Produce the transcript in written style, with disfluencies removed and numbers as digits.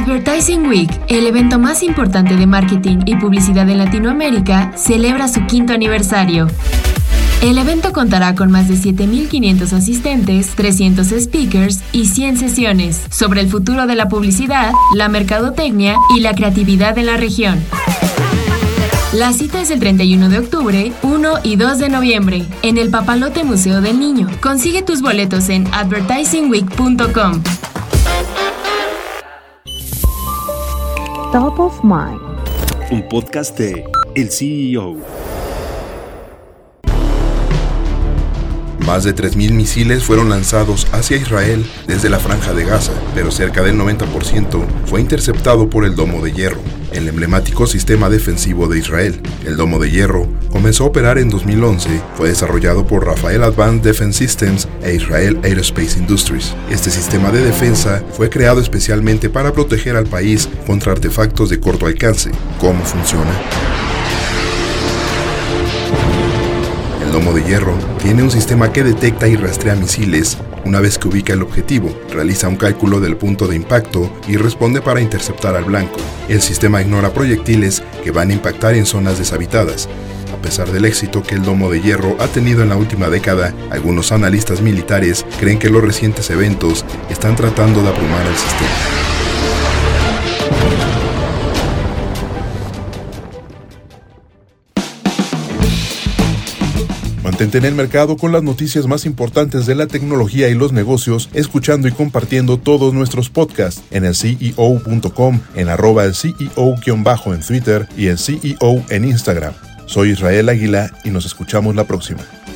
Advertising Week, el evento más importante de marketing y publicidad en Latinoamérica, celebra su 5º aniversario. El evento contará con más de 7,500 asistentes, 300 speakers y 100 sesiones sobre el futuro de la publicidad, la mercadotecnia y la creatividad en la región. La cita es el 31 de octubre, 1 y 2 de noviembre, en el Papalote Museo del Niño. Consigue tus boletos en advertisingweek.com. Top of Mind, un podcast de El CEO. Más de 3,000 misiles fueron lanzados hacia Israel desde la Franja de Gaza, pero cerca del 90% fue interceptado por el Domo de Hierro, el emblemático sistema defensivo de Israel. El Domo de Hierro comenzó a operar en 2011, fue desarrollado por Rafael Advanced Defense Systems e Israel Aerospace Industries. Este sistema de defensa fue creado especialmente para proteger al país contra artefactos de corto alcance. ¿Cómo funciona? El Domo de Hierro tiene un sistema que detecta y rastrea misiles. Una vez que ubica el objetivo, realiza un cálculo del punto de impacto y responde para interceptar al blanco. El sistema ignora proyectiles que van a impactar en zonas deshabitadas. A pesar del éxito que el Domo de Hierro ha tenido en la última década, algunos analistas militares creen que los recientes eventos están tratando de abrumar al sistema. Mantente en el mercado con las noticias más importantes de la tecnología y los negocios, escuchando y compartiendo todos nuestros podcasts en elceo.com, en @elceo_ en Twitter y el CEO en Instagram. Soy Israel Águila y nos escuchamos la próxima.